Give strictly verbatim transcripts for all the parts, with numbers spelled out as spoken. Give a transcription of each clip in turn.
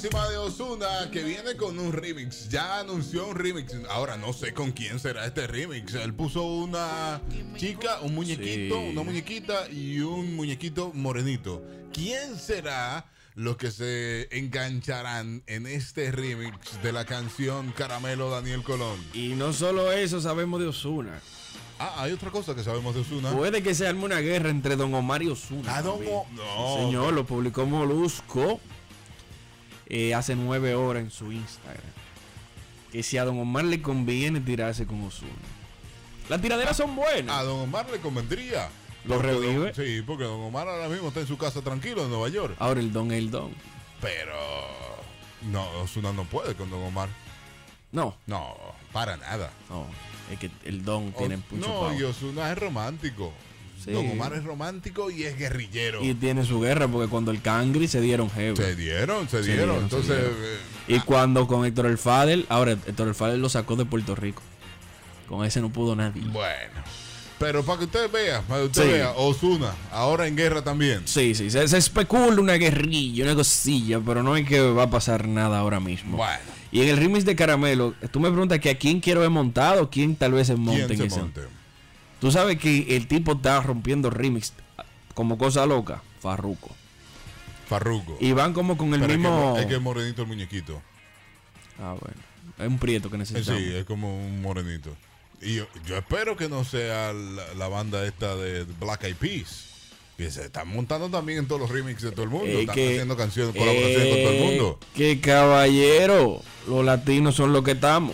buenísima de Ozuna que viene con un remix. Ya anunció un remix. Ahora no sé con quién será este remix. Él puso una chica, un muñequito, sí. una muñequita y un muñequito morenito. ¿Quién será los que se engancharán en este remix de la canción Caramelo Daniel Colón? Y no solo eso sabemos de Ozuna. Ah, hay otra cosa que sabemos de Ozuna. Puede que se arme una guerra entre Don Omar y Ozuna. Ah, Don Omar. No. Señor, lo publicó Molusco eh, hace nueve horas en su Instagram. Que si a Don Omar le conviene tirarse con Ozuna. Las tiraderas son buenas. A Don Omar le convendría. Lo revive. Don, sí, porque Don Omar ahora mismo está en su casa tranquilo en Nueva York. Ahora el Don es el Don. Pero no, Ozuna no puede con Don Omar. No. No, para nada. No. Es que el Don o, tiene mucho No, power. y Ozuna es romántico. Sí. Don Omar es romántico y es guerrillero. Y tiene su guerra porque cuando el Cangri se dieron heavy. Se dieron, se, se dieron. dieron. Entonces. Se dieron. Eh, y ah. cuando con Héctor El Fadel, ahora Héctor El Fadel lo sacó de Puerto Rico. Con ese no pudo nadie. Bueno. Pero para que usted vea, para que usted sí. vea, Ozuna, ahora en guerra también. Sí, sí, se, se especula una guerrilla, una cosilla, pero no es que va a pasar nada ahora mismo. Bueno. Y en el remix de Caramelo, tú me preguntas que a quién quiero ver montado, quién tal vez se monte ¿Quién en se ese. Monte? Tú sabes que el tipo está rompiendo remix como cosa loca, Farruko. Farruko. Y van como con el pero mismo. Es que, es que es morenito el muñequito. Ah, bueno. Es un prieto que necesitamos. Sí, es como un morenito. Y yo, yo espero que no sea la, la banda esta de Black Eyed Peas. Que se están montando también en todos los remixes de todo el mundo. Eh, están que, haciendo canciones, colaboraciones eh, con todo el mundo. Que caballero, los latinos son los que estamos.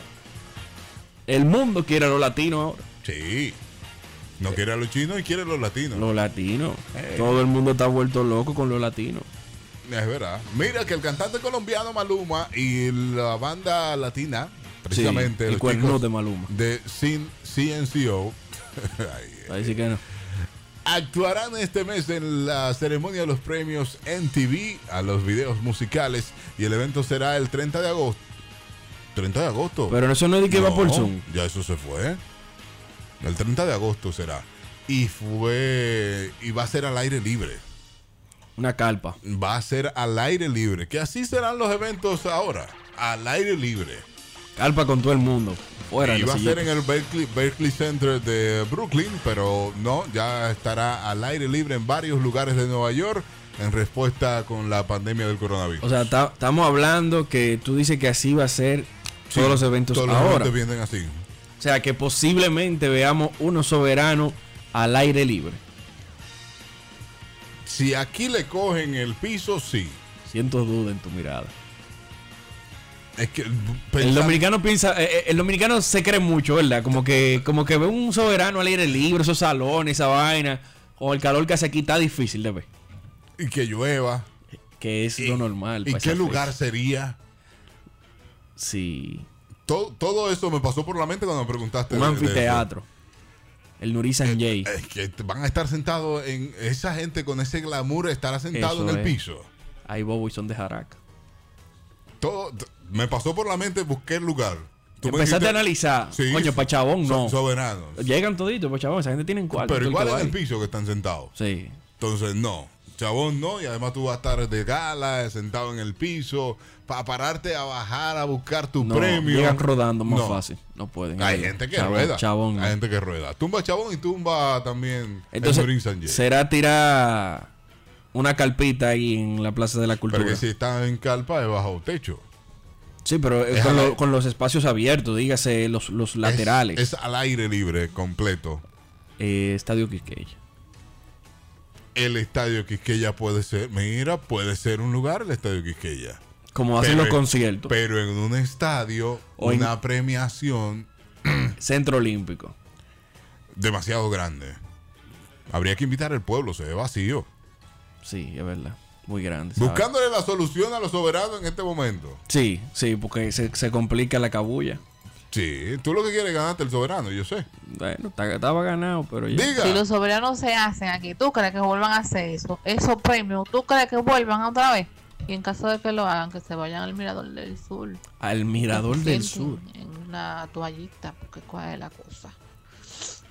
El mundo quiere a los latinos ahora. Sí. No eh. quiere a los chinos y quiere a los latinos. Los latinos. Eh. Todo el mundo está vuelto loco con los latinos. Es verdad. Mira que el cantante colombiano Maluma y la banda latina, precisamente sí, el cuerno de Maluma, de C N C O, ahí sí que no. Actuarán este mes en la ceremonia de los premios M T V a los videos musicales y el evento será el treinta de agosto. treinta de agosto. Pero eso no es de que no, va por Zoom. Ya eso se fue. El treinta de agosto será. Y fue y va a ser al aire libre. Una carpa. Va a ser al aire libre. Que así serán los eventos ahora. Al aire libre. Carpa con todo el mundo. Fuera y va a ser en el Berkeley, Berkeley Center de Brooklyn, pero no, ya estará al aire libre en varios lugares de Nueva York en respuesta con la pandemia del coronavirus. O sea, estamos hablando que tú dices que así va a ser sí, todos los eventos todos ahora. Todos los eventos vienen así. O sea, que posiblemente veamos uno soberano al aire libre. Si aquí le cogen el piso, sí. Siento duda en tu mirada. Es que pensando... el dominicano piensa, eh, el dominicano se cree mucho, ¿verdad? Como que, como que ve un soberano al aire libre, esos salones, esa vaina, con el calor que hace aquí está difícil de ver. Y que llueva. Que es y, lo normal. ¿Y qué lugar fecha. sería? Sí. Todo, todo eso me pasó por la mente cuando me preguntaste. Un de, anfiteatro. De el Nuri Sanjay. Es que van a estar sentados en esa gente con ese glamour, estará sentado eso en el es. piso. Ahí Bobo y son de Jaraca. Todo me pasó por la mente, busqué el lugar. Tú empezaste dijiste, a analizar. Sí, coño, para Chabón no. Soberanos. Llegan toditos para Chabón, esa gente tiene cuarto. Pero igual en el piso que están sentados. Sí. Entonces, no. Chabón no, y además tú vas a estar de gala, sentado en el piso, para pararte a bajar a buscar tu no, premio. Llegan rodando más no. fácil. No pueden. Hay ver. gente que Chabón, rueda. Chabón, Hay no. gente que rueda. Tumba Chabón y tumba también. Entonces, el será tirar una carpita ahí en la Plaza de la Cultura. Porque si está en carpa es bajo techo. Sí, pero es con, lo, con los espacios abiertos, dígase los, los laterales. Es, es al aire libre completo. Eh, Estadio Quisqueya. El Estadio Quisqueya puede ser, mira, puede ser un lugar el Estadio Quisqueya. Como hacen pero los conciertos. Pero en un estadio, o una en premiación. Centro Olímpico. Demasiado grande. Habría que invitar al pueblo, se ve vacío. Sí, es verdad. Muy grande. ¿sabes? Buscándole la solución a los soberanos en este momento. Sí, sí, porque se, se complica la cabulla. Sí, tú lo que quieres es ganarte el soberano, yo sé. Bueno, estaba ganado, pero ya. Diga. Si los soberanos se hacen aquí, ¿tú crees que vuelvan a hacer eso? Esos premios, ¿tú crees que vuelvan otra vez? Y en caso de que lo hagan, que se vayan al Mirador del Sur. Al Mirador del Sur. En una toallita, porque cuál es la cosa.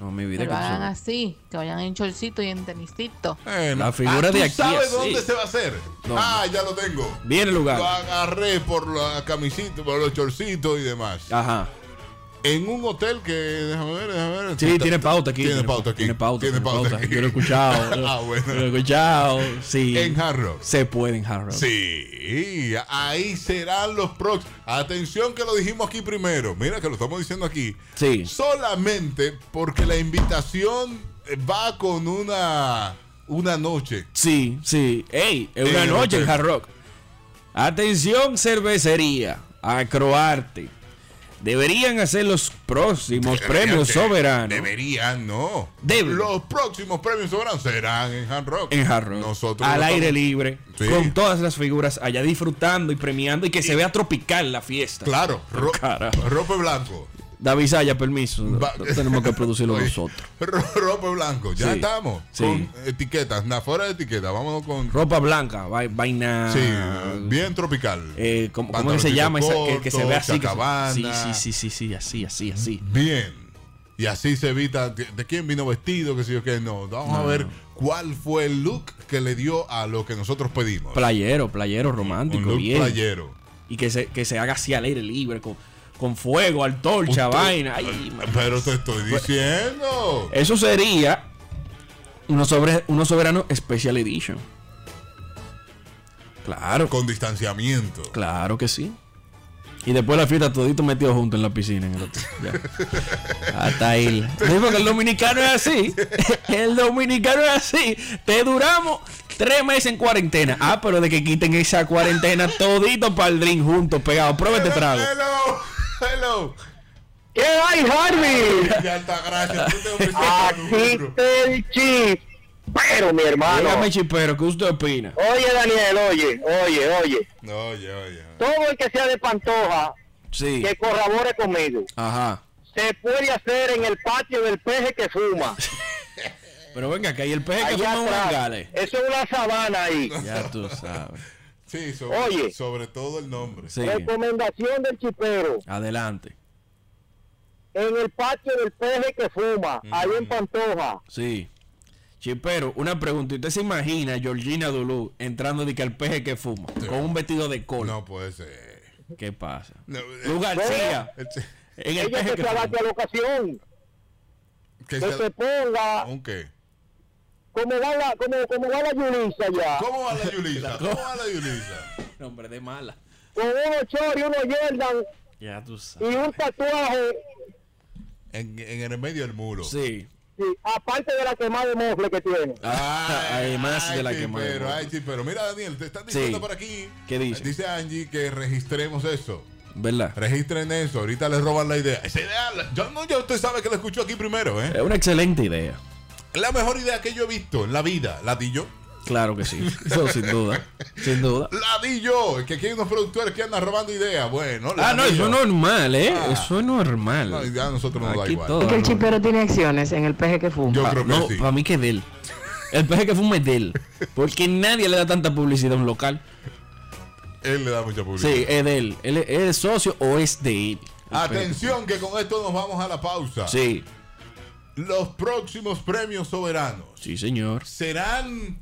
No, mi vida. Que lo que hagan tú- así, que vayan en chorcito y en tenisito. Eh, La figura ah, de ¿tú aquí, sabes así. dónde se va a hacer? ¿Dónde? Ah, ya lo tengo. Viene el lugar. Lo agarré por la camisita, por los chorcitos y demás. Ajá. En un hotel que, déjame ver, déjame ver. Sí, tiene pauta aquí. Tiene pauta aquí. Tiene pauta. Tiene pauta aquí. Yo lo he escuchado. Ah, bueno. Yo lo he escuchado. Sí. En Hard Rock. Se puede en Hard Rock. Sí, ahí serán los próximos. Atención que lo dijimos aquí primero. Mira que lo estamos diciendo aquí. Sí. Solamente porque la invitación va con una una noche. Sí, sí. Ey, es una En el noche en hotel. Hard Rock. Atención, cervecería. Acroarte. Deberían hacer los próximos premios De- soberanos. Deberían, no. Deben. Los próximos premios soberanos serán en Hard Rock. En Hard Rock. Nosotros al lo aire estamos- libre. Sí. Con todas las figuras allá disfrutando y premiando. Y que se vea tropical la fiesta. Claro, ro- Carajo. rope blanco. David Saya, permiso. Va- No tenemos que producirlo Oye, nosotros. ro- rope blanco, ya Sí. estamos. Sí. Con etiquetas, nada, fuera de etiqueta, vámonos con. Ropa blanca, vai- vaina. Sí, bien tropical. Eh, ¿cómo, cómo que se Pantaloncito llama? Esa, que, que se corto, ve así. que se- chacabana. sí, sí, sí, sí, sí, así, así, así. Bien. Y así se evita de, de quién vino vestido, que sí o qué no. Vamos a No. ver cuál fue el look que le dio a lo que nosotros pedimos. Playero, playero romántico, Un look bien. playero. Y que se, que se haga así al aire libre, con, con fuego, antorcha, Usted- vaina. Ay, man. Pero te estoy diciendo. Eso sería uno, sobre, uno soberano Special Edition. Claro, Con distanciamiento. claro que sí. Y después la fiesta todito metido juntos en la piscina. En el hotel. Ya. Hasta ahí. Sí, porque el dominicano es así. El dominicano es así. Te duramos tres meses en cuarentena. Ah, pero de que quiten esa cuarentena todito para el drink juntos, pegados. Prueba este trago. Hello, hello. ¿Qué hay, Harvey? Ya está, gracias. Tú te ofreciste Aquí duro. el chip. Pero, mi hermano. Dígame, chipero, ¿qué usted opina? Oye, Daniel, oye, oye, oye. No, oye, oye. Todo el que sea de Pantoja, Sí. que corrobore conmigo. Ajá. Se puede hacer en el patio del peje que fuma. Pero venga, que hay el peje que Allá fuma un atrás. angale. Eso es una sabana ahí. Ya tú sabes. Sí, sobre, Oye. sobre todo el nombre. Sí. Recomendación del chipero. Adelante. En el patio del peje que fuma, ahí en Pantoja. Sí. Chipero, una pregunta. ¿Usted se imagina a Georgina Dulú entrando de que al peje que fuma? Sí. Con un vestido de col. No puede ser. ¿Qué pasa? No, eh, Lu García. eh, En el Ella peje que que se adapte fuma. a la ocasión. que Que se- se ponga ¿Un qué? como va la, como, como va la Yulisa ya. ¿Cómo va la Yulisa? ¿Cómo va la Yulisa? Hombre, de mala. Con unos chores y unos Jordan Ya tú y sabes. un tatuaje, En, en el medio del muro. Sí. sí, aparte de la quemada de mofle que tiene. Ah, además de la sí, quemada de pero, mofle. ay, sí, pero mira, Daniel, te están diciendo Sí. por aquí. ¿Qué dice? Dice Angie que registremos eso. ¿Verdad? Registren eso. Ahorita les roban la idea. Esa idea, la- yo no, ya usted sabe que la escuchó aquí primero, ¿eh? Es una excelente idea. La mejor idea que yo he visto en la vida. La di yo. Claro que sí. Eso sin duda. Sin duda. La di yo. Que aquí hay unos productores que andan robando ideas. Bueno, la Ah, no, di eso yo. es normal, ¿eh? Ah. Eso es normal. No, ya a nosotros nos da Aquí igual. todo. Es que el no. chipero tiene acciones en el peje que fuma. Yo Ah, creo que no, sí. para mí que es de él. El peje que fuma es de él. Porque nadie le da tanta publicidad a un local. Él le da mucha publicidad. Sí, es de él. ¿Él es, es socio o es de él? El Atención, que con esto nos vamos a la pausa. peje. Sí, Los próximos premios soberanos sí, señor. serán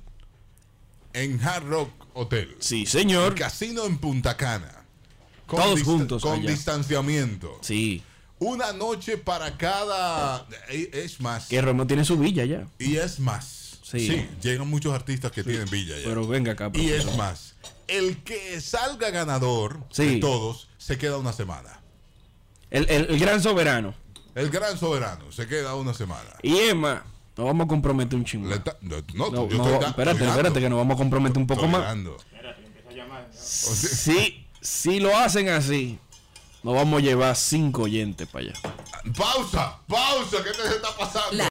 en Hard Rock Hotel. Sí, El señor. casino en Punta Cana. Con Todos dist- juntos Con allá. distanciamiento. Sí. Una noche para cada. eh, Es más. Que Romeo tiene su villa ya. Y es más. Sí. llegan muchos artistas que tienen villa ya. Pero venga acá. y es profesor. más. El que salga ganador Sí. de todos se queda una semana. El, el- el gran soberano. El gran soberano se queda una semana. Y Emma, nos vamos a comprometer un chingo. Le ta- no, no, No, yo no, estoy da- espérate, estoy espérate, dando. que nos vamos a comprometer un poco Estoy más. dando. Si, si lo hacen así, nos vamos a llevar cinco oyentes para allá. Pausa, pausa, ¿qué te está pasando?